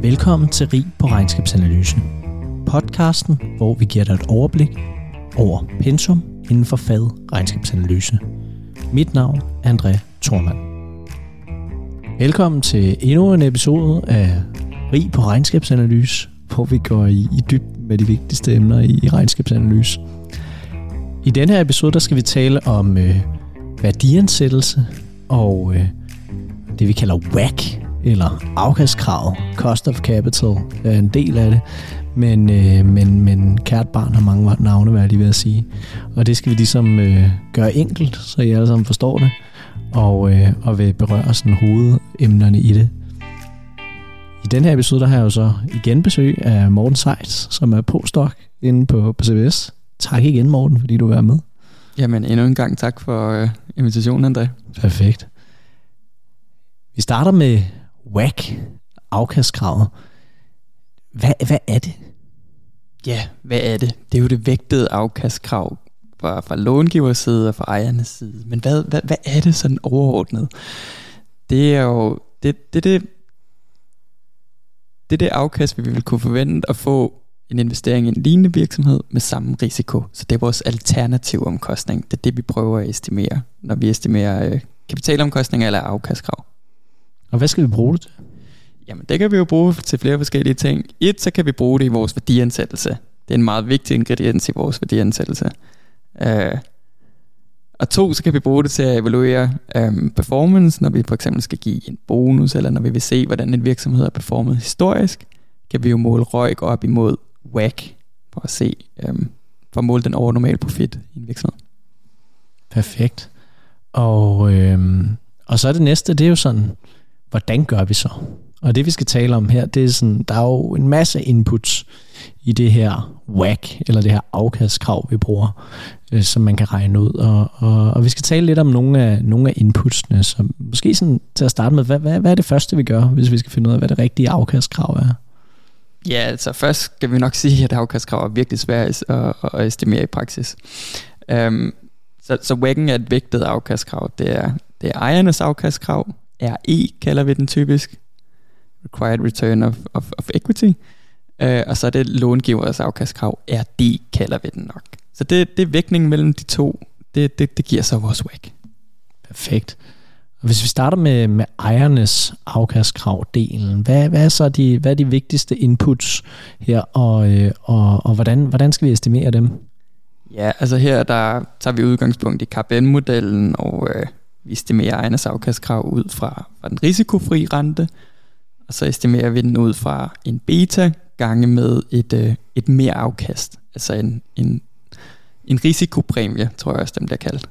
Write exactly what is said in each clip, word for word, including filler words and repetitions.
Velkommen til Rig på Regnskabsanalysen. Podcasten, hvor vi giver dig et overblik over pensum inden for faget regnskabsanalyse. Mit navn er André Thormann. Velkommen til endnu en episode af Rig på Regnskabsanalyse, hvor vi går i, i dybden med de vigtigste emner i, i regnskabsanalyse. I denne her episode der skal vi tale om øh, værdiansættelse og øh, det vi kalder W A C, eller afkastkravet, cost of capital, er en del af det, men, øh, men, men kært barn har mange navne, hvad de vil sige. Og det skal vi ligesom øh, gøre enkelt, så I alle sammen forstår det, og, øh, og vil berøre sådan hovedemnerne i det. I den her episode, der har jeg jo så igen besøg af Morten Seitz, som er postdoc inde på, på C B S. Tak igen, Morten, fordi du var med. Jamen, endnu en gang tak for øh, invitationen, André. Perfekt. Vi starter med W A C, afkastkravet. Hvad, hvad er det? Ja, hvad er det? Det er jo det vægtede afkastkrav fra, fra långivers side og fra ejernes side. Men hvad, hvad, hvad er det sådan overordnet? Det er jo det, det, det, det, er det afkast, vi vil kunne forvente at få en investering i en lignende virksomhed med samme risiko. Så det er vores alternative omkostning. Det er det, vi prøver at estimere, når vi estimerer øh, kapitalomkostninger eller afkastkrav. Og hvad skal vi bruge det til? Jamen det kan vi jo bruge til flere forskellige ting. Et, så kan vi bruge det i vores værdiansættelse. Det er en meget vigtig ingrediens i vores værdiansættelse. Uh, og to, så kan vi bruge det til at evaluere um, performance, når vi for eksempel skal give en bonus, eller når vi vil se, hvordan en virksomhed er performet historisk, kan vi jo måle R O I C op imod W A C, for at se, um, for at måle den overnormale profit i en virksomhed. Perfekt. Og, øhm, og så er det næste, det er jo sådan, hvordan gør vi så? Og det vi skal tale om her, det er sådan, der er jo en masse inputs i det her W A C, eller det her afkastkrav, vi bruger, øh, som man kan regne ud. Og, og, og vi skal tale lidt om nogle af, nogle af inputsene, så måske sådan til at starte med, hvad, hvad, hvad er det første, vi gør, hvis vi skal finde ud af, hvad det rigtige afkastkrav er? Ja, altså først skal vi nok sige, at afkastkrav er virkelig svært at, at estimere i praksis. Um, så, så W A C'en er et vægtet afkastkrav. Det er, det er ejernes afkastkrav. R E kalder vi den typisk, Required Return of, of, of Equity, uh, og så er det långivers afkastkrav, R D kalder vi den nok. Så det, det er vægtningen mellem de to, det, det, det giver så vores W A C. Perfekt. Og hvis vi starter med, med ejernes afkastkrav-delen, hvad, hvad er så de, hvad er de vigtigste inputs her, og, øh, og, og hvordan, hvordan skal vi estimere dem? Ja, altså her der tager vi udgangspunkt i K P M-modellen, og øh, vi estimerer ejernes afkastkrav ud fra, fra den risikofri rente, og så estimerer vi den ud fra en beta gange med et, øh, et mere afkast, altså en, en, en risikopræmie, tror jeg også, dem bliver kaldt.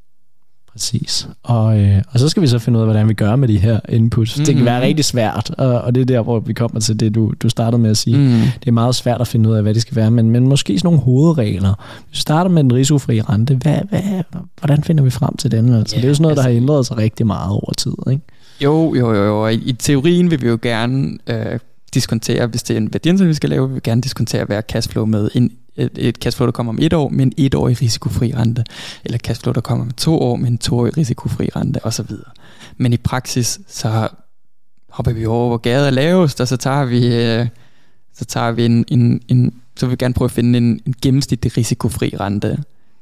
Præcis. Og, øh, og så skal vi så finde ud af, hvordan vi gør med de her inputs. Mm-hmm. Det kan være rigtig svært, og, og det er der, hvor vi kommer til det, du, du startede med at sige. Mm. Det er meget svært at finde ud af, hvad det skal være, men, men måske sådan nogle hovedregler. Hvis vi starter med den risikofri rente, hvad, hvad, hvordan finder vi frem til den? Altså, yeah, det er jo sådan noget, der har ændret sig rigtig meget over tid, ikke? Jo, jo, jo, jo. I, i teorien vil vi jo gerne øh, diskontere, hvis det er en værdiansættelse, vi skal lave, vi vil gerne diskontere hver cashflow med en Et, et cashflow, der kommer om et år, med en etårig risikofri rente, eller cashflow, der kommer om to år, med en toårig risikofri rente, osv. Men i praksis, så hopper vi over, hvor gaden er lavest, og så tager vi, øh, så tager vi en, en, en, så vil vi gerne prøve at finde en, en gennemsnitlig risikofri rente.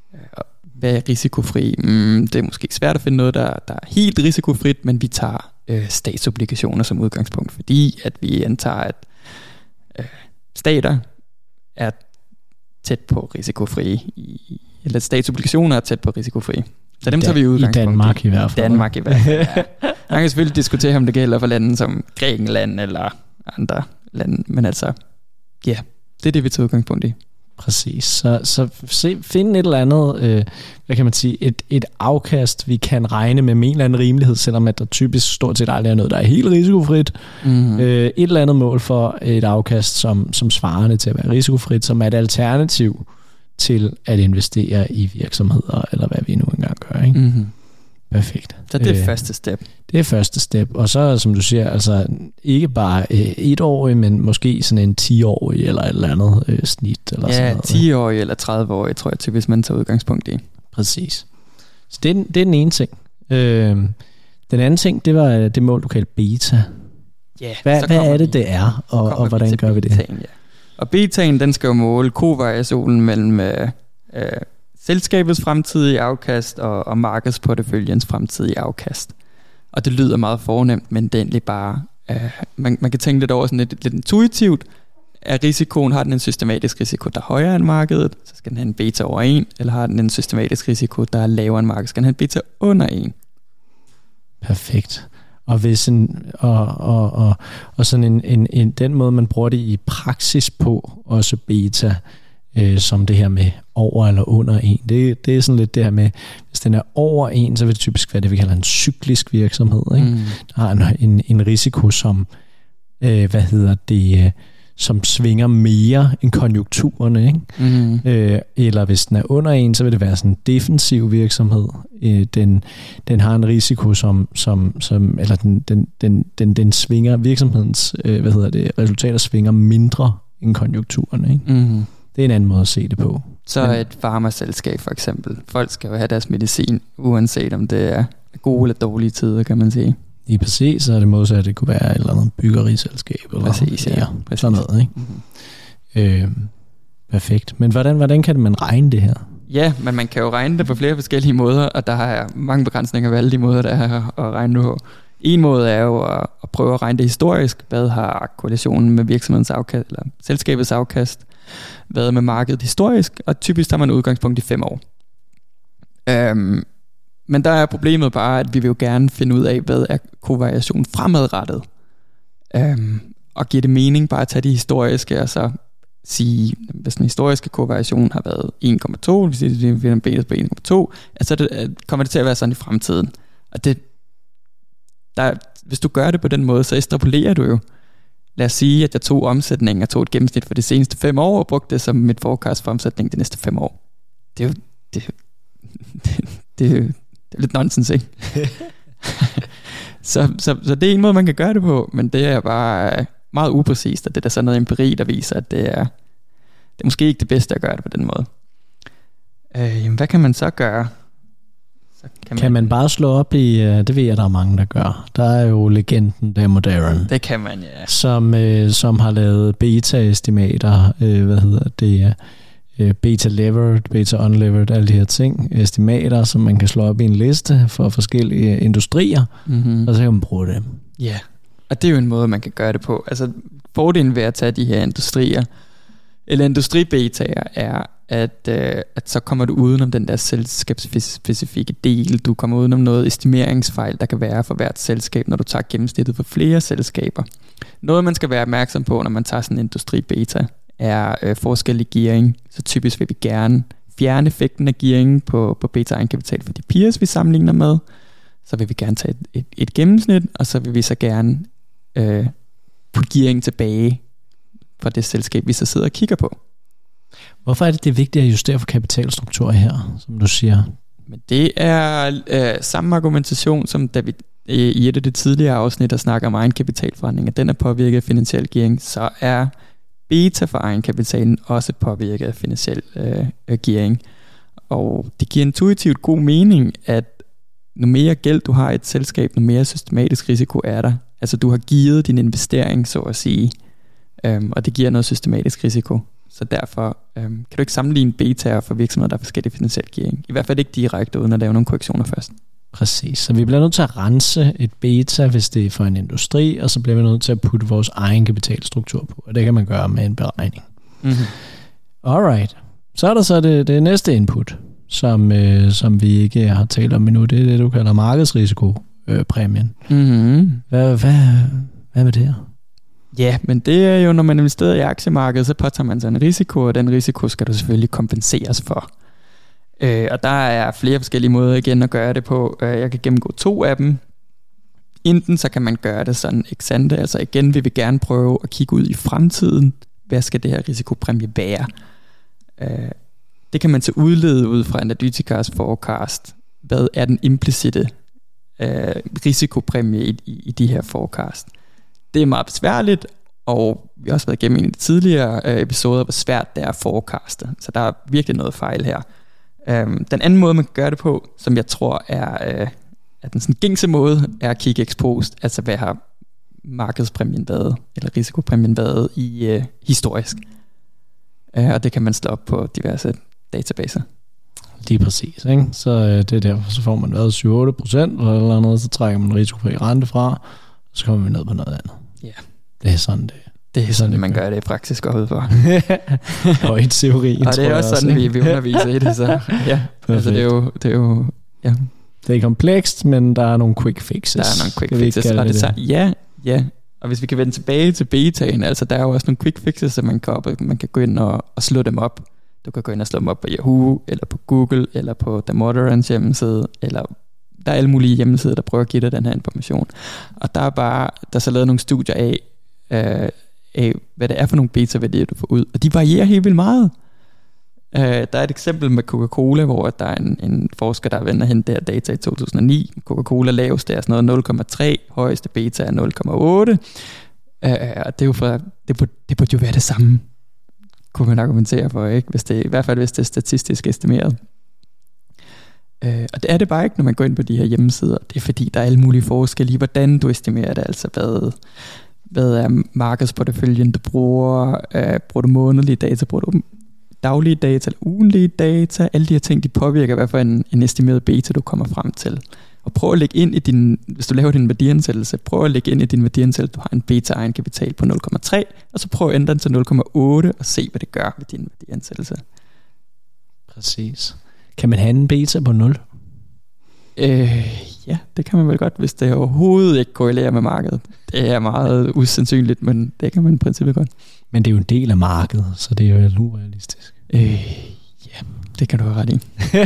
Hvad er risikofri? Mm, det er måske svært at finde noget, der, der er helt risikofrit, men vi tager øh, statsobligationer som udgangspunkt, fordi at vi antager, at øh, stater er tæt på risikofri, eller statsobligationer er tæt på risikofri. Så dem tager vi udgangspunkt i. I Danmark i hvert fald. Danmark i hvert fald, ja. Man kan selvfølgelig diskutere, om det gælder for lande som Grækenland eller andre lande, men altså, ja, det er det, vi tager udgangspunkt i. Præcis. Så, så se, finde et eller andet, øh, hvad kan man sige, et, et afkast, vi kan regne med med en eller anden rimelighed, selvom at der typisk stort set aldrig er noget, der er helt risikofrit. Mm-hmm. Øh, et eller andet mål for et afkast, som, som svarende til at være risikofrit, som er et alternativ til at investere i virksomheder, eller hvad vi nu engang gør, ikke? Mm-hmm. Perfekt. Så det er øh, første step. Det er første step. Og så, som du siger, altså ikke bare øh, etårig, men måske sådan en ti-årig eller et eller andet øh, snit. Eller ja, sådan noget. ti-årig eller tredive-årig, tror jeg, typisk man tager udgangspunkt i. Præcis. Så det er, det er den ene ting. Øh, den anden ting, det var det mål, du kaldte beta. Yeah, hvad hvad er det, det er, og, og hvordan gør vi det? Betaen, ja. Og betaen, den skal jo måle kovariationen mellem øh, øh, selskabets fremtidige afkast og, og markedsporteføljens fremtidige afkast. Og det lyder meget fornemt, men det er egentlig bare, øh, man, man kan tænke lidt over sådan lidt, lidt intuitivt. Er risikoen, har den en systematisk risiko, der er højere end markedet, så skal den have en beta over en, eller har den en systematisk risiko, der er lavere end markedet, skal den have en beta under en. Perfekt. Og hvis en, og, og, og, og sådan en, en, en, den måde, man bruger det i praksis på, også beta, øh, som det her med over eller under en, det, det er sådan lidt det her med, hvis den er over en, så vil det typisk være det, vi kalder en cyklisk virksomhed, ikke? Mm. Der har en, en, en risiko, som, øh, hvad hedder det, øh, som svinger mere end konjunkturerne, ikke? Mm. Øh, eller hvis den er under en, så vil det være sådan en defensiv virksomhed. Øh, den, den har en risiko, som, som, som eller den, den, den, den, den svinger, virksomhedens øh, hvad hedder det, resultater svinger mindre end konjunkturerne, ikke? Mm. Det er en anden måde at se det på. Så Men, et farmaselskab for eksempel. Folk skal jo have deres medicin, uanset om det er gode eller dårlige tider, kan man sige. I præcis, så er det modsat, det kunne være et eller andet byggeriselskab. Eller præcis, ja. Præcis. Sådan noget, ikke? Mm-hmm. Øh, perfekt. Men hvordan, hvordan kan man regne det her? Ja, men man kan jo regne det på flere forskellige måder, og der er mange begrænsninger ved alle de måder, der er at regne nu på. En måde er jo at, at prøve at regne det historisk. Hvad har korrelationen med virksomhedens afkast, eller selskabets afkast, været med markedet historisk, og typisk tager man udgangspunkt i fem år. Øhm, Men der er problemet bare, at vi vil jo gerne finde ud af, hvad er kovariation fremadrettet. Øhm, og giver det mening bare at tage de historiske, og så sige, hvis den historiske kovariation har været en komma to, hvis vi finder en beta på en komma to, altså det, kommer det til at være sådan i fremtiden. Og det, der, hvis du gør det på den måde, så ekstrapolerer du jo. Lad os sige, at jeg tog omsætningen og tog et gennemsnit for de seneste fem år, og brugte det som mit forecast for omsætning de næste fem år. Det er jo... Det, det, det, Det er lidt nonsens, ikke? så, så, så det er en måde, man kan gøre det på, men det er bare meget upræcist, og det er der sådan noget empiri, der viser, at det er, det er måske ikke det bedste at gøre det på den måde. Øh, jamen, hvad kan man så gøre? Så kan, kan man, man bare slå op i, det ved jeg, der er mange, der gør. Der er jo legenden Damodaran. Det kan man, ja. Som, øh, som har lavet beta-estimater, øh, hvad hedder det, beta-levered, beta-unlevered, alle de her ting, estimater, som man kan slå op i en liste for forskellige industrier, mm-hmm. og så kan man bruge dem. Ja, yeah. Og det er jo en måde, man kan gøre det på. Altså, fordelen ved at tage de her industrier, eller industribetaer, er, at, øh, at så kommer du udenom den der selskabsspecifikke del. Du kommer udenom noget estimeringsfejl, der kan være for hvert selskab, når du tager gennemsnittet for flere selskaber. Noget, man skal være opmærksom på, når man tager sådan en industribeta, er øh, forskellig gearing. Så typisk vil vi gerne fjerne effekten af gearingen på, på beta-egenkapital for de peers, vi sammenligner med. Så vil vi gerne tage et, et, et gennemsnit, og så vil vi så gerne øh, putte gearingen tilbage for det selskab, vi så sidder og kigger på. Hvorfor er det, det er vigtigt at justere for kapitalstruktur her, som du siger? Men det er øh, samme argumentation, som da vi øh, i et af de tidligere afsnit, der snakker om egenkapitalforandring, at den er påvirket af finansiel gearing, så er beta for egenkapitalen også påvirket af finansiel øh, gearing. Og det giver intuitivt god mening, at nu mere gæld du har i et selskab, nu mere systematisk risiko er der. Altså du har givet din investering, så at sige, øhm, og det giver noget systematisk risiko. Så derfor øhm, kan du ikke sammenligne betaer for virksomheder, der er forskellige finansiel gearing. I hvert fald ikke direkte, uden at lave nogle korrektioner først. Præcis, så vi bliver nødt til at rense et beta, hvis det er for en industri, og så bliver vi nødt til at putte vores egen kapitalstruktur på, og det kan man gøre med en beregning. Mm-hmm. Alright, så er der så det, det næste input, som, øh, som vi ikke har talt om endnu, det er det, du kalder markedsrisikopræmien. Øh, mm-hmm. hvad, hvad, hvad med det her? Ja, men det er jo, når man investerer i aktiemarkedet, så påtager man sig en risiko, og den risiko skal du selvfølgelig kompenseres for. Øh, og der er flere forskellige måder igen at gøre det på. Øh, jeg kan gennemgå to af dem. Enten så kan man gøre det sådan ex ante, altså igen vil vi gerne prøve at kigge ud i fremtiden. Hvad skal det her risikopræmie være? Øh, det kan man så udlede ud fra Analyticas forecast. Hvad er den implicite øh, risikopræmie i, i, i de her forecast? Det er meget besværligt, og vi har også været igennem i de tidligere øh, episoder, hvor svært det er at forecaste. Så der er virkelig noget fejl her. Um, den anden måde man kan gøre det på, som jeg tror er, uh, er den sådan gængse måde, er at kigge exposed. Altså hvad har markedspræmien været, eller risikopræmien været i øh, historisk. Øh, og det kan man slå op på diverse databaser. Lige præcis, ikke? Så øh, det er derfor, så får man været syv otte procent eller, eller noget, så trækker man risikofri rente fra, og så kommer vi ned på noget andet. Ja. Yeah. Det er sådan, det Det er sådan, sådan det, man gør det i praksis går ud for. Og i teorien, og det er også sådan, også, vi, vi underviser i det, så ja. Altså, det er jo, det er jo, ja. Det er komplekst, men der er nogle quick fixes. Der er nogle quick fixes, og det, det. ja, ja. Og hvis vi kan vende tilbage til betaen, altså der er jo også nogle quick fixes, så man kan, op, man kan gå ind og, og slå dem op. Du kan gå ind og slå dem op på Yahoo, eller på Google, eller på Damodarans hjemmeside, eller der er alle mulige hjemmesider, der prøver at give dig den her information. Og der er bare, der er så lavet nogle studier af, øh, af hvad det er for nogle beta-værdier, du får ud. Og de varierer helt vildt meget. Uh, der er et eksempel med Coca-Cola, hvor der er en, en forsker, der har vendt at hente der data i to tusind og ni. Coca-Cola laveste er sådan noget nul komma tre, højeste beta er nul komma otte. Uh, og det er jo for, det, burde, det burde jo være det samme, kunne man argumentere for, ikke? Hvis det, i hvert fald hvis det er statistisk estimeret. Uh, og det er det bare ikke, når man går ind på de her hjemmesider. Det er fordi, der er alle mulige forskelle i, hvordan du estimerer det, altså hvad... Hvad er markedsporteføljen, du bruger? Uh, bruger du månedlige data? Bruger du daglige data eller ugenlige data? Alle de her ting, de påvirker hvad for en, en estimeret beta, du kommer frem til. Og prøv at lægge ind i din, hvis du laver din værdiansættelse, prøv at lægge ind i din værdiansættelse, du har en beta-egenkapital på nul komma tre, og så prøv at ændre den til nul komma otte og se, hvad det gør ved din værdiansættelse. Præcis. Kan man have en beta på nul? Øh, ja, det kan man vel godt, hvis det overhovedet ikke korrelerer med markedet. Det er meget usandsynligt, men det kan man i princippet godt. Men det er jo en del af markedet, så det er jo helt urealistisk. Øh, ja, det kan du have ret i.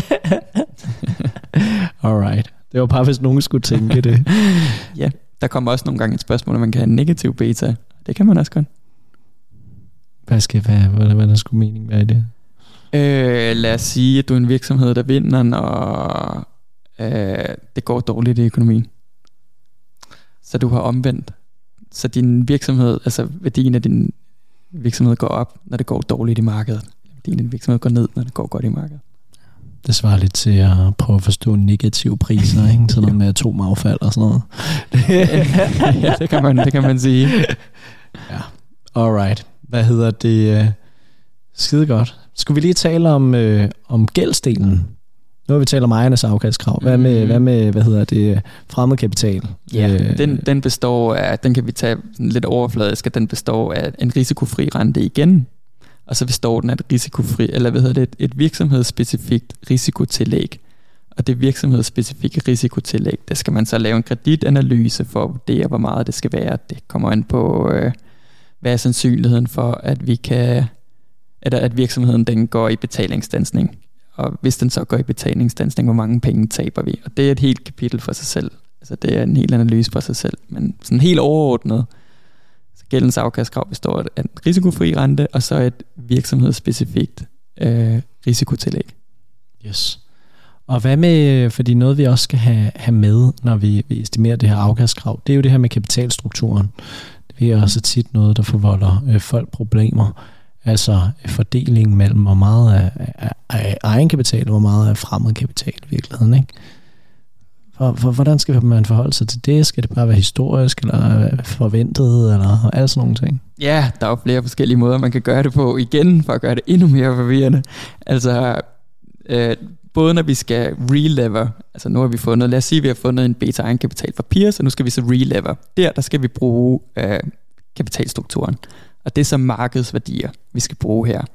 Alright. Det var bare, hvis nogen skulle tænke det. Ja, der kommer også nogle gange et spørgsmål, om man kan have en negativ beta. Det kan man også godt. Hvad skal hvad, hvad, hvad der skulle mening være i det? Øh, lad os sige, at du er en virksomhed, der vinder, når øh, det går dårligt i økonomien. Så du har omvendt. Så din virksomhed, altså værdien af din virksomhed går op, når det går dårligt i markedet. Værdien af din virksomhed går ned, når det går godt i markedet. Det svarer lidt til at prøve at forstå negative priser, ikke? Sådan noget med atomaffald og sådan noget. Ja, det kan man, det kan man sige. Ja, alright. Hvad hedder det? Skide godt. Skulle vi lige tale om, øh, om gældsdelen? Nu har vi talt om ejernes afkastkrav. Hvad med, mm. hvad med hvad hedder det, fremmed kapital? Ja, øh, den, den består af, den kan vi tage lidt overfladisk, den består af en risikofri rente igen, og så består den af et risikofri, eller hvad hedder det, et, et virksomhedsspecifikt risikotillæg. Og det virksomhedsspecifikke risikotillæg, der skal man så lave en kreditanalyse for at vurdere, hvor meget det skal være. Det kommer an på, øh, hvad er sandsynligheden for, at vi kan, at, at virksomheden den går i betalingsstandsning. Og hvis den så går i betalingsstandsning, hvor mange penge taber vi? Og det er et helt kapitel for sig selv. Altså det er en helt analyse for sig selv. Men sådan helt overordnet, så gældens afkastkrav består af en risikofri rente, og så et virksomhedsspecifikt øh, risikotillæg. Yes. Og hvad med, fordi noget vi også skal have, have med, når vi, vi estimerer det her afkastkrav, det er jo det her med kapitalstrukturen. Det er også tit noget, der forvolder øh, folk problemer. Altså fordelingen mellem, hvor meget af, af, af egenkapital, og hvor meget af fremmed kapital i virkeligheden, ikke? For, for, hvordan skal man forholde sig til det? Skal det bare være historisk, eller forventet, eller alle sådan nogle ting? Ja, der er jo flere forskellige måder, man kan gøre det på igen, for at gøre det endnu mere forvirrende. Altså, øh, både når vi skal relever, altså nu har vi fundet, lad os sige, at vi har fundet en beta-egenkapital for peer, så nu skal vi så relever. Der, der skal vi bruge øh, kapitalstrukturen. Og det er så markedsværdier, vi skal bruge her.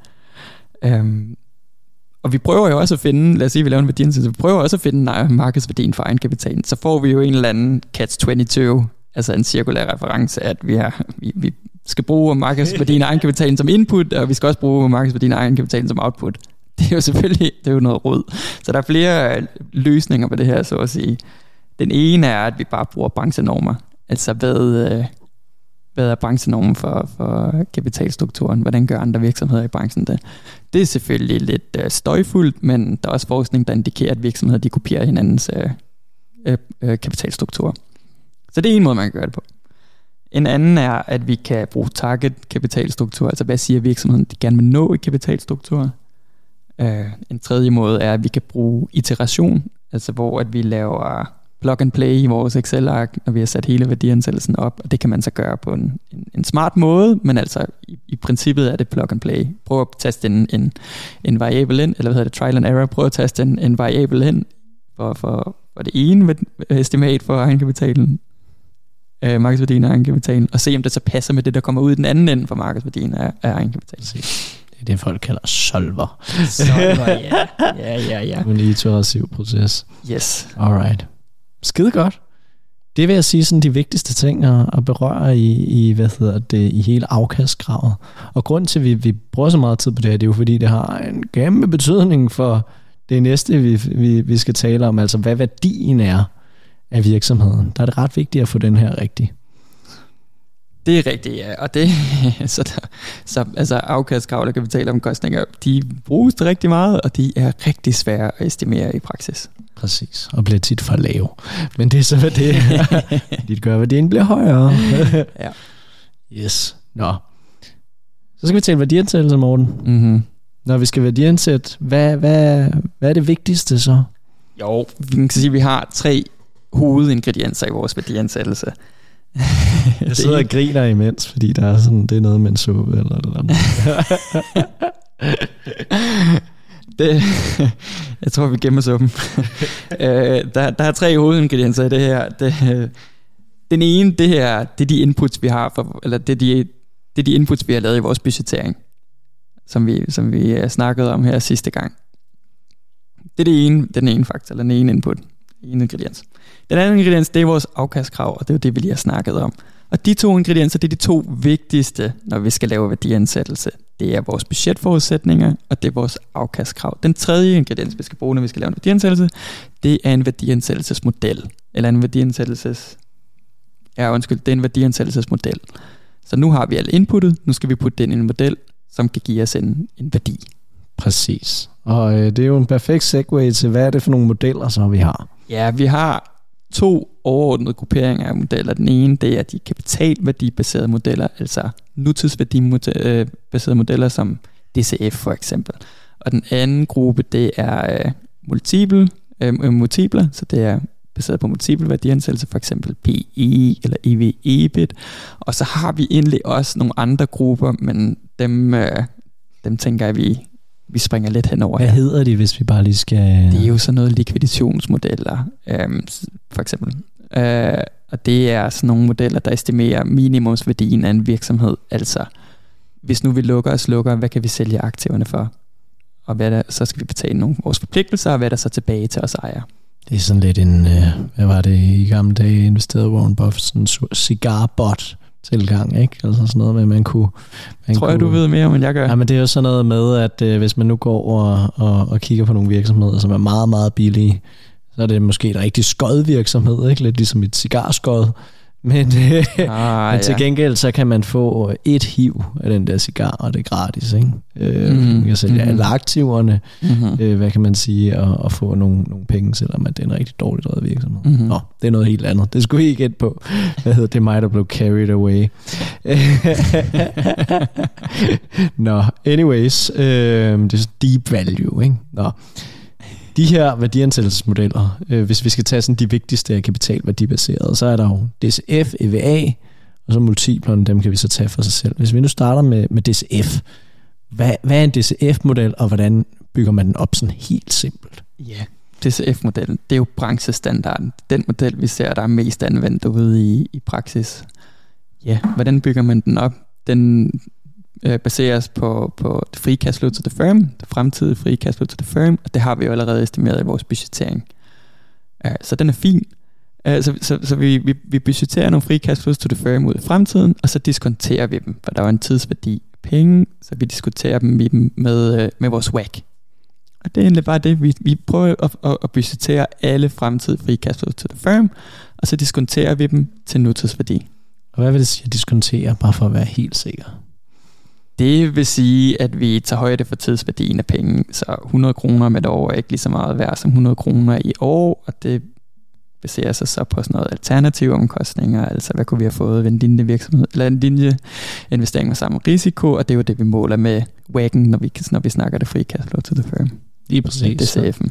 Um, og vi prøver jo også at finde, lad os sige, vi laver en værdiansættelse, vi prøver også at finde nej, markedsværdien for egenkapitalen. Så får vi jo en eller anden catch twenty-two, altså en cirkulær reference, at vi, har, vi, vi skal bruge markedsværdien af egenkapitalen som input, og vi skal også bruge markedsværdien af egenkapitalen som output. Det er jo selvfølgelig det er jo noget rod. Så der er flere løsninger på det her, så at sige. Den ene er, at vi bare bruger branchenormer. Altså hvad... Hvad er branchenormen for, for kapitalstrukturen? Hvordan gør andre virksomheder i branchen det? Det er selvfølgelig lidt øh, støjfuldt, men der er også forskning, der indikerer, at virksomheder de kopierer hinandens øh, øh, kapitalstruktur. Så det er en måde, man kan gøre det på. En anden er, at vi kan bruge target kapitalstruktur, altså hvad siger virksomheden, de gerne vil nå i kapitalstruktur. Øh, en tredje måde er, at vi kan bruge iteration, altså hvor at vi laver plug and play i vores Excel-ark, når vi har sat hele værdiansættelsen op, og det kan man så gøre på en, en, en smart måde, men altså i, i princippet er det plug and play. Prøv at taste en, en, en variabel ind, eller hvad hedder det, trial and error, prøv at taste en, en variabel ind for, for, for det ene estimat for egenkapitalen, øh, markedsværdien af egenkapitalen, og se om det så passer med det, der kommer ud i den anden ende for markedsværdien af, af egenkapitalen. Det er det, folk kalder solver. Solver, ja. Ja, ja, ja. En iterativ proces. Yes. Alright. Skide godt. Det vil jeg sige sådan de vigtigste ting at, at berøre i, i, hvad hedder det, i hele afkastkravet. Og grund til, at vi, vi bruger så meget tid på det her, det er jo fordi, det har en kæmpe betydning for det næste, vi, vi, vi skal tale om. Altså, hvad værdien er af virksomheden. Der er det ret vigtigt at få den her rigtig. Det er rigtigt, ja. Og det, så, der, så altså afkastkrav og kapitalomkostninger, de bruges det rigtig meget, og de er rigtig svære at estimere i praksis. Præcis, og bliver tit for lave. Men det er så, hvad det er. Det gør, hvad det bliver højere. Ja. Yes. Nå. Så skal vi tale værdiansættelse, Morten. Mm-hmm. Når vi skal værdiansætte, hvad, hvad, hvad er det vigtigste så? Jo, vi kan sige, at vi har tre hovedingredienser i vores værdiansættelse. Jeg sidder og griner imens, fordi der er sådan, det er noget med en suppe eller eller andet. det, jeg tror, vi gemmer suppen. øh, der, der er tre hovedingredienser i det her. Det, den ene, det her, det er de inputs, vi har, for, eller det er de, det er de inputs, vi har lavet i vores budgettering, som vi, som vi snakkede om her sidste gang. Det er det ene, den ene faktor, eller den ene input, en ingrediens. Den anden ingrediens, det er vores afkastkrav, og det er jo det, vi lige har snakket om. Og de to ingredienser, det er de to vigtigste, når vi skal lave værdiansættelse. Det er vores budgetforudsætninger, og det er vores afkastkrav. Den tredje ingrediens, vi skal bruge, når vi skal lave en værdiansættelse, det er en værdiansættelsesmodel. Eller en værdiansættelses... Ja, undskyld, det er en værdiansættelsesmodel. Så nu har vi alt inputtet, nu skal vi putte det ind i en model, som kan give os en, en værdi. Præcis. Og øh, det er jo en perfekt segue til, hvad er det for nogle modeller, så vi har? Ja, vi har to overordnede grupperinger af modeller. Den ene, det er de kapitalværdibaserede modeller, altså nutidsværdibaserede modeller som D C F for eksempel. Og den anden gruppe, det er øh, multiple, øh, multipler, så det er baseret på multiple værdiansættelse, for eksempel P E eller E V E B I T. Og så har vi endelig også nogle andre grupper, men dem, øh, dem tænker jeg, vi Vi springer lidt henover. Hvad hedder de, hvis vi bare lige skal... Det er jo sådan noget likvidationsmodeller, øhm, for eksempel. Øh, og det er sådan nogle modeller, der estimerer minimumsværdien af en virksomhed. Altså, hvis nu vi lukker og slukker, hvad kan vi sælge aktiverne for? Og hvad der, så skal vi betale nogle af vores forpligtelser, og hvad der så tilbage til os ejer. Det er sådan lidt en... Øh, hvad var det i gamle dage? Investerede Warren Buffett sådan en cigarbot tilgang, ikke? Altså sådan noget med, at man kunne... Man Tror jeg, kunne, du ved mere, end jeg gør. Ja, men det er jo sådan noget med, at øh, hvis man nu går og, og, og kigger på nogle virksomheder, som er meget, meget billige, så er det måske et rigtig skød virksomhed, ikke? Lidt ligesom et cigarskod. Men, øh, ah, men til ja. gengæld, så kan man få et hiv af den der cigar, og det er gratis, ikke? Øh, mm-hmm. Man kan sælge mm-hmm. alle aktiverne, mm-hmm. øh, hvad kan man sige, og, og få nogle, nogle penge, selvom at det er en rigtig dårligt drevet virksomhed. Mm-hmm. Nå, det er noget helt andet. Det skulle I ikke gætte på. Hvad hedder det? Mig, der blev carried away. Nå, anyways, øh, det er så deep value, ikke? Nå. De her værdiansættelsesmodeller, øh, hvis vi skal tage sådan de vigtigste af kapitalværdibaserede, så er der jo D C F, E V A, og så multiplerne, dem kan vi så tage for sig selv. Hvis vi nu starter med, med D C F, hvad, hvad er en D C F-model, og hvordan bygger man den op sådan helt simpelt? Ja, D C F-modellen, det er jo branchestandarden. Den model, vi ser, der er mest anvendt ude i, i praksis. Ja, hvordan bygger man den op? Den øh, baseres på, på det free cash flow to the firm, det fremtidige free cash flow to the firm, og det har vi jo allerede estimeret i vores budgettering. Uh, så den er fin. Uh, så så, så vi, vi, vi budgetterer nogle free cash flows to the firm ud i fremtiden, og så diskonterer vi dem, for der er en tidsværdi penge, så vi diskuterer dem med, med, med vores W A C. Og det er egentlig bare det, vi, vi prøver at, at, at budgettere alle fremtidige free cash flows to the firm, og så diskonterer vi dem til nutidsværdi. Og hvad vil det sige at diskontere, bare for at være helt sikker? Det vil sige, at vi tager højde for tidsværdien af penge, så hundrede kroner om et år er ikke lige så meget værd som hundrede kroner i år, og det baserer sig så på sådan noget alternative omkostninger, altså hvad kunne vi have fået ved en lignende virksomhed, eller en linje investering med samme risiko, og det er jo det, vi måler med W A C'en, når vi, når vi snakker det free cash flow to the firm. Lige præcis. Det er D C F'en.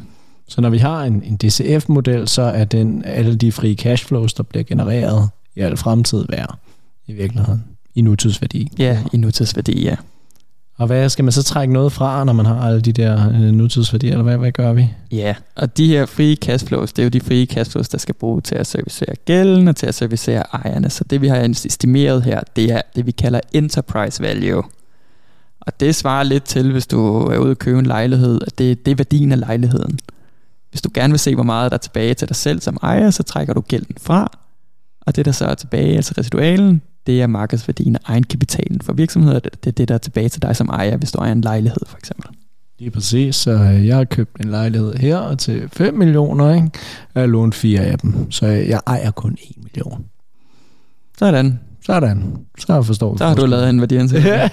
Så når vi har en, en D C F-model, så er den alle de frie cashflows, der bliver genereret i al fremtid værd i virkeligheden i nutidsværdi. Ja, i nutidsværdi, ja. Og hvad skal man så trække noget fra, når man har alle de der øh, nutidsværdier, eller hvad, hvad gør vi? Ja, og de her frie cashflows, det er jo de frie cashflows, der skal bruge til at servicere gælden og til at servicere ejerne. Så det vi har estimeret her, det er det vi kalder enterprise value. Og det svarer lidt til, hvis du er ude og købe en lejlighed, at det, det er værdien af lejligheden. Hvis du gerne vil se, hvor meget der er tilbage til dig selv som ejer, så trækker du gælden fra. Og det, der så er tilbage, altså residualen, det er markedsværdien af egenkapitalen for virksomheder. Det er det, der er tilbage til dig som ejer, hvis du ejer en lejlighed, for eksempel. Lige præcis. Så jeg har købt en lejlighed her til fem millioner, ikke? Jeg har lånt fire af dem, så jeg ejer kun en million. Sådan. Sådan. Så har jeg forstået. Så har du lavet en værdiansættelse.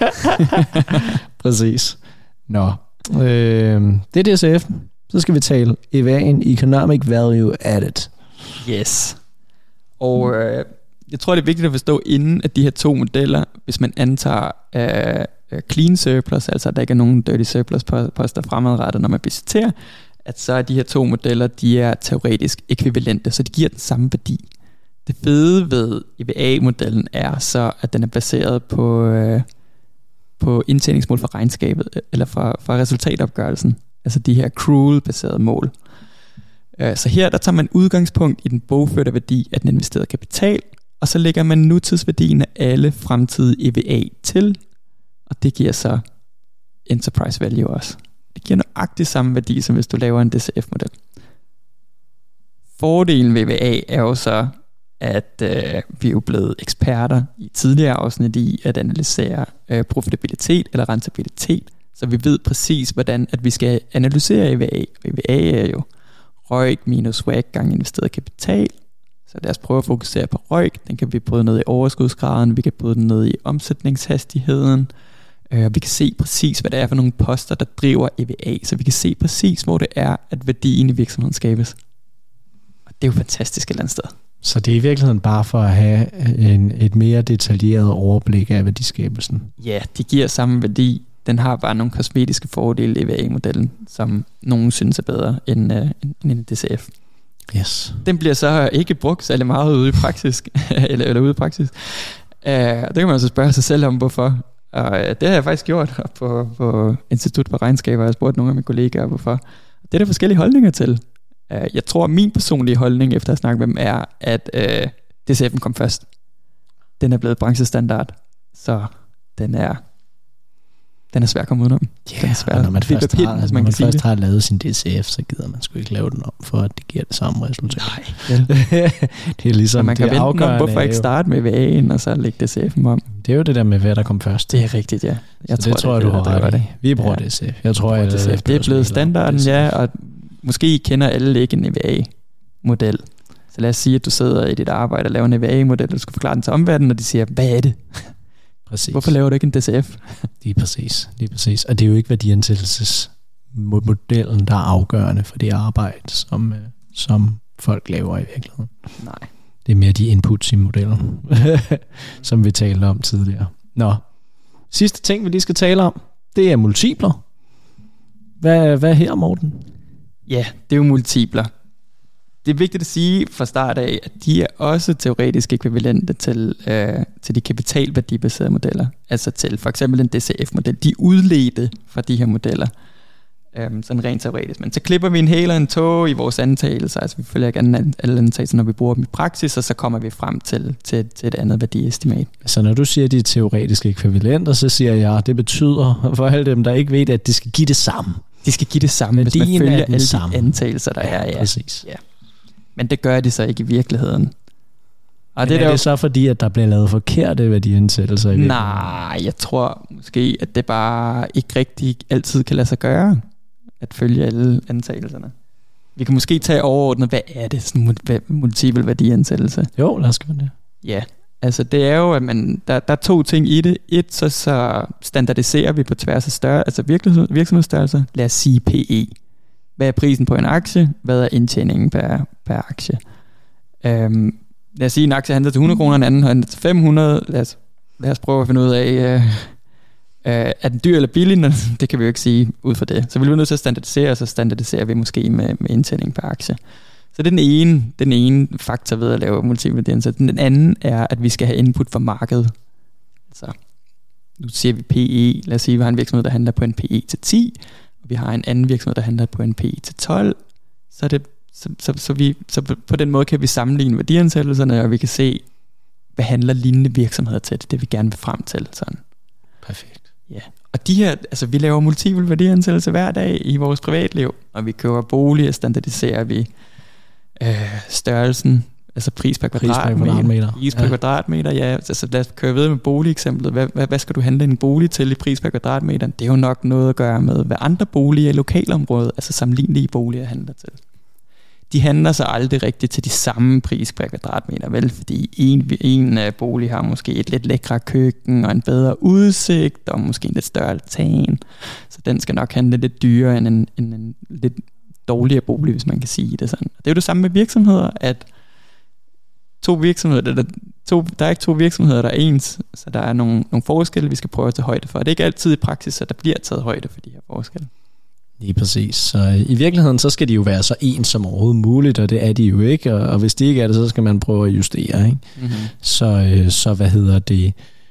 Præcis. Nå. Øh, det er D C F. Så skal vi tale E V A'en, Economic Value Added. Yes. Og øh, jeg tror, det er vigtigt at forstå, inden at de her to modeller, hvis man antager øh, clean surplus, altså at der ikke er nogen dirty surplus poster fremadrettet, når man budgeterer, at så er de her to modeller, de er teoretisk ekvivalente, så de giver den samme værdi. Det fede ved E V A-modellen er så, at den er baseret på, øh, på indtjeningsmål for regnskabet, eller for, for resultatopgørelsen, altså de her accrual-baserede mål. Så her der tager man udgangspunkt i den bogførte værdi af den investerede kapital, og så lægger man nutidsværdien af alle fremtidige E V A til, og det giver så enterprise value også. Det giver nøjagtigt samme værdi, som hvis du laver en D C F-model. Fordelen ved E V A er jo så, at øh, vi er jo blevet eksperter i tidligere afsnit i at analysere øh, profitabilitet eller rentabilitet, så vi ved præcis, hvordan at vi skal analysere E V A. E V A er jo R O I C minus W A C gange investeret kapital. Så lad os prøve at fokusere på R O I C. Den kan vi bryde ned i overskudsgraden, vi kan bryde den ned i omsætningshastigheden. Uh, vi kan se præcis, hvad det er for nogle poster, der driver E V A, så vi kan se præcis, hvor det er, at værdien i virksomheden skabes. Og det er jo fantastisk et eller andet sted. Så det er i virkeligheden bare for at have en, et mere detaljeret overblik af værdiskabelsen? Ja, de giver samme værdi. Den har bare nogle kosmetiske fordele i E V A-modellen, som nogen synes er bedre end, uh, end en D C F. Yes. Den bliver så ikke brugt særlig meget ude i praksis, eller, eller ude i praksis. Uh, det kan man så spørge sig selv om, hvorfor. Og uh, det har jeg faktisk gjort på, på Institut for Regnskaber. Jeg har spurgt nogle af mine kollegaer, hvorfor. Det er der forskellige holdninger til. Uh, jeg tror, at min personlige holdning, efter at snakke med dem, er, at uh, D C F'en kom først. Den er blevet branchestandard, så den er... Den er svær at komme udenom. Ja, den er svær. Når man først, pind, har, når man først har lavet sin D C F, så gider man sgu ikke lave den om, for at det giver det samme resultat. Nej. Det er ligesom, man kan det vente om, hvorfor ikke starte med V A'en, og så lægge D C F'en om. Det er jo det der med, hvad der kom først. Det er rigtigt, ja. Jeg tror, det tror jeg, du har ret i. Vi bruger ja. D C F. Jeg tror, jeg, D C F. Det er blevet standarden, ja, og måske kender alle ikke en E V A-model. Så lad os sige, at du sidder i dit arbejde og laver en E V A-model, og du skal forklare den til omverdenen, og de siger, hvad er det? Præcis. Hvorfor laver du ikke en D C F? Lige præcis, lige præcis. Og det er jo ikke værdiansættelsesmodellen, der er afgørende for det arbejde, som, som folk laver i virkeligheden. Nej. Det er mere de inputs i modellen, som vi talte om tidligere. Nå, sidste ting, vi lige skal tale om, det er multipler. Hvad, hvad er her, Morten? Ja, det er jo multipler. Det er vigtigt at sige fra start af, at de er også teoretisk ekvivalente til, øh, til de kapitalværdibaserede modeller. Altså til for eksempel en D C F-model. De er udledte fra de her modeller. Øhm, sådan rent teoretisk. Men så klipper vi en hel og en tog i vores antagelser. Altså vi følger ikke alle antagelser, når vi bruger dem i praksis, og så kommer vi frem til, til, til et andet værdiestimat. Så når du siger, at de er teoretisk ekvivalenter, så siger jeg, at det betyder for alle dem, der ikke ved, at de skal give det samme. De skal give det samme, hvis man følger alle samme. de antagelser, der er. Ja. Præcis. Ja. Men det gør de så ikke i virkeligheden. Og det er, er det så fordi, at der bliver lavet forkerte værdiansættelser i det? Nej, jeg tror måske, at det bare ikke rigtig altid kan lade sig gøre at følge alle antagelserne. Vi kan måske tage overordnet, hvad er det sådan multiple værdiansættelse? Jo, lad os gøre det. Ja, altså det er jo, at man, der, der er to ting i det. Et, så, så standardiserer vi på tværs af større, altså virksomhedsstørrelser. Lad os sige P E. Hvad er prisen på en aktie? Hvad er indtjeningen per, per aktie? Øhm, lad os sige, en aktie handler til hundrede kroner, en anden handler til fem hundrede. Lad os, lad os prøve at finde ud af, øh, Øh, er den dyr eller billig? Det kan vi jo ikke sige ud fra det. Så vi bliver nødt til at standardisere, og så standardiserer vi måske med, med indtjening per aktie. Så det er den ene, den ene faktor ved at lave multiple værdiansættelse. Den anden er, at vi skal have input fra markedet. Så nu siger vi P E. Lad os sige, at vi har en virksomhed, der handler på en P E til ti, og vi har en anden virksomhed, der handler på en P E til tolv. Så, det, så, så, så, vi, så på den måde kan vi sammenligne værdiansættelserne, og vi kan se, hvad handler lignende virksomheder til. Det, det vi gerne vil frem til. Sådan. Perfekt. Ja. Og de her, altså vi laver multiple værdiansættelse hver dag i vores privatliv, og vi køber bolig, og standardiserer vi øh, størrelsen, altså pris per kvadratmeter. Pris per kvadratmeter, ja. Altså lad os køre videre med boligeksemplet. Hvad, hvad, hvad skal du handle en bolig til i pris per kvadratmeter? Det er jo nok noget at gøre med, hvad andre boliger i lokalområdet, altså sammenlignelige boliger, handler til. De handler så aldrig rigtigt til de samme pris per kvadratmeter, vel? Fordi en, en uh, bolig har måske et lidt lækre køkken og en bedre udsigt og måske en lidt større altan. Så den skal nok handle lidt dyrere end en, end en lidt dårligere bolig, hvis man kan sige det sådan. Det er jo det samme med virksomheder, at to virksomheder, der, to, der er ikke to virksomheder, der er ens, så der er nogle, nogle forskelle, vi skal prøve at tage højde for. Det er ikke altid i praksis, at der bliver taget højde for de her forskelle. Lige præcis. Så i virkeligheden, så skal de jo være så ens som overhovedet muligt, og det er de jo ikke, og, og hvis de ikke er det, så skal man prøve at justere, ikke? Mm-hmm. Så, så hvad hedder det?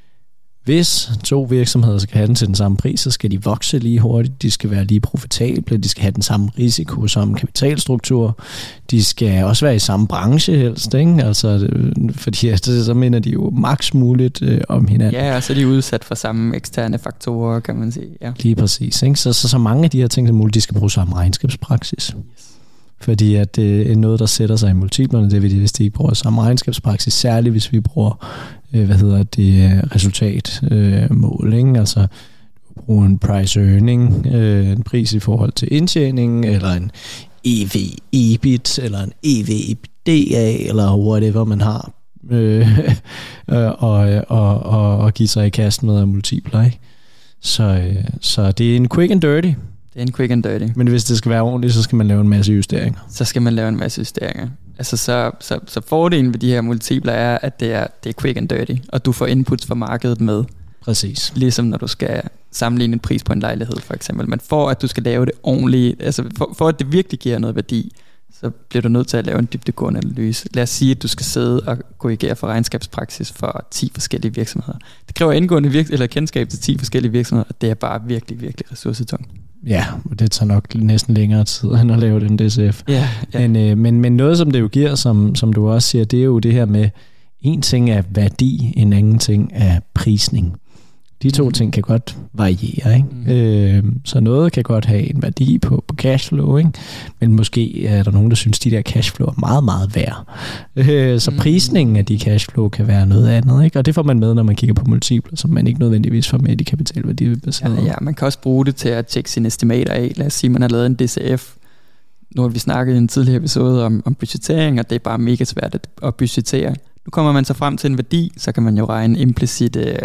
Hvis to virksomheder skal have den til den samme pris, så skal de vokse lige hurtigt, de skal være lige profitable, de skal have den samme risiko som kapitalstruktur, de skal også være i samme branche helst, ikke? Altså, fordi altså, så minder de jo maks muligt øh, om hinanden. Ja, og så er de udsat for samme eksterne faktorer, kan man sige. Ja. Lige præcis, ikke? Så, så, så mange af de her ting som muligt, de skal bruge samme regnskabspraksis. Yes. Fordi at det er noget, der sætter sig i multiplerne, det vil de, hvis de ikke bruger samme regnskabspraksis, særligt hvis vi bruger øh, hvad hedder det, resultatmål, øh, ikke? Altså bruge en price earning, øh, en pris i forhold til indtjening, eller en E V E B I T, eller en E V E B D A, eller whatever man har, øh, og, og, og, og give sig i kasten med multipler, ikke? Så, øh, så det er en quick and dirty. Det er en quick and dirty. Men hvis det skal være ordentligt, så skal man lave en masse justeringer. Så skal man lave en masse justeringer. Altså så, så, så fordelen ved de her multipler er, at det er, det er quick and dirty, og du får inputs fra markedet med. Præcis. Ligesom når du skal sammenligne en pris på en lejlighed for eksempel. Men for at du skal lave det ordentligt, altså for, for at det virkelig giver noget værdi, så bliver du nødt til at lave en dybdegående analyse. Lad os sige, at du skal sidde og korrigere for regnskabspraksis for ti forskellige virksomheder. Det kræver indgående virks- eller kendskab til ti forskellige virksomheder, og det er bare virkelig, virkelig ressourcetungt. Ja, det tager nok næsten længere tid end at lave den D C F. Ja, ja. Men, øh, men, men noget, som det jo giver, som, som du også siger, det er jo det her med, en ting er værdi, en anden ting er prisning. De to mm. ting kan godt variere, ikke? Mm. Øh, så noget kan godt have en værdi på, på cashflow, ikke? Men måske er der nogen, der synes, de der cashflow er meget, meget værd. Øh, så mm. prisningen af de cashflow kan være noget andet, ikke? Og det får man med, når man kigger på multipler, som man ikke nødvendigvis får med i de kapitalværdibaserede. Ja, ja, man kan også bruge det til at tjekke sine estimater af. Lad os sige, man har lavet en D C F. Nu har vi snakket i en tidligere episode om, om budgettering, og det er bare mega svært at, at budgettere. Nu kommer man så frem til en værdi, så kan man jo regne implicit øh,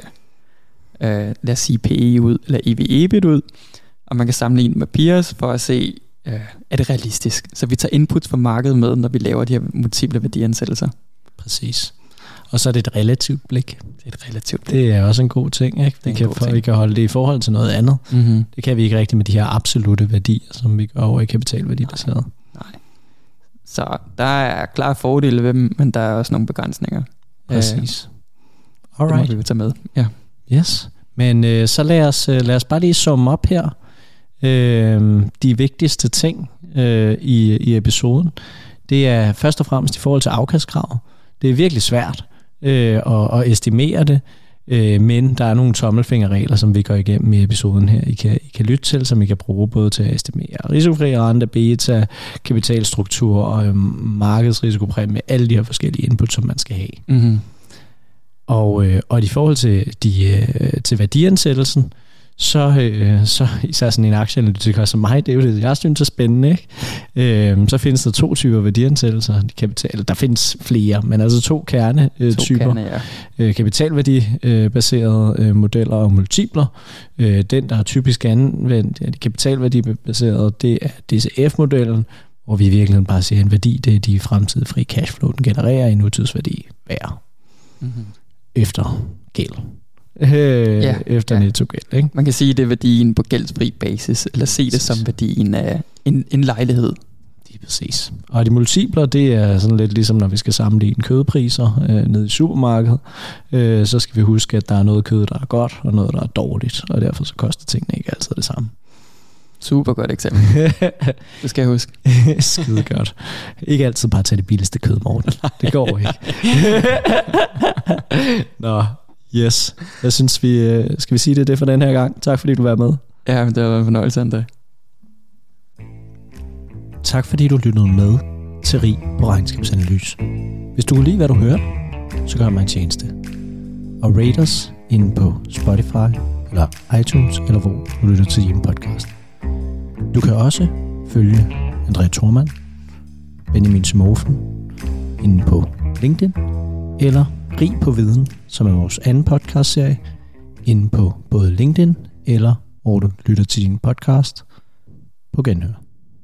Uh, lad os sige P E ud, eller E V E B I T ud, og man kan sammenligne med peers for at se, uh, er det realistisk? Så vi tager inputs fra markedet med, når vi laver de her multiple værdiansættelser. Præcis. Og så er det et relativt blik. Det er et relativt blik. Det er også en god ting, ikke? Vi kan, for, vi kan holde det i forhold til noget andet. Mm-hmm. Det kan vi ikke rigtig med de her absolute værdier, som vi gør over i kapitalværdibaseret. Nej. Nej. Så der er klare fordele ved dem, men der er også nogle begrænsninger. Præcis. Uh, Alright. Det må vi tage med. Ja. Yes, men øh, så lad os, øh, lad os bare lige summe op her øh, de vigtigste ting øh, i, i episoden. Det er først og fremmest i forhold til afkastkrav. Det er virkelig svært øh, at, at estimere det, øh, men der er nogle tommelfingerregler, som vi går igennem i episoden her, I kan, I kan lytte til, som I kan bruge både til at estimere risikofri rente, beta, kapitalstruktur og øh, markedsrisikopræmie, alle de her forskellige input, som man skal have. Mm-hmm. Og, øh, og i forhold til, de, øh, til værdiansættelsen, så, øh, så især sådan en aktieanalytiker som mig, det er jo det, jeg synes er spændende, ikke? Øh, så findes der to typer værdiansættelser. Kapital, der findes flere, men altså to kernetyper. To kerne, ja. øh, kapitalværdibaserede øh, modeller og multipler. Øh, den, der er typisk anvendt, ja, de kapitalværdibaserede, det er D C F-modellen, hvor vi i virkeligheden bare siger, en værdi, det er de fremtidige fri cashflow, den genererer en nutidsværdi hver. Mm-hmm. Efter gæld. øh, ja, efter ja. Netto-gæld. Ikke? Man kan sige, at det er værdien på gældsfri basis, eller se det præcis. Som værdien af en, en lejlighed. Det er præcis. Og de multipler, det er sådan lidt ligesom, når vi skal sammenligne kødpriser øh, nede i supermarkedet, øh, så skal vi huske, at der er noget kød, der er godt, og noget, der er dårligt, og derfor så koster tingene ikke altid det samme. Super godt eksempel. Det skal jeg huske. Skide godt. Ikke altid bare tage det billigste kød, Morten. Det går ikke. Nå, yes. Jeg synes, vi skal vi sige det, det for den her gang. Tak fordi du var med. Ja, det har været en fornøjelse, André. Tak fordi du lyttede med til Rig på Regnskabsanalyse. Hvis du kunne lide, hvad du hørte, så gør mig en tjeneste. Og rate os inde på Spotify, eller iTunes, eller hvor du lytter til din podcast. Du kan også følge André Thormann, Benjamin Simofen, inde på LinkedIn, eller Rig på Viden, som er vores anden podcastserie, inde på både LinkedIn, eller hvor du lytter til din podcast på Genhør.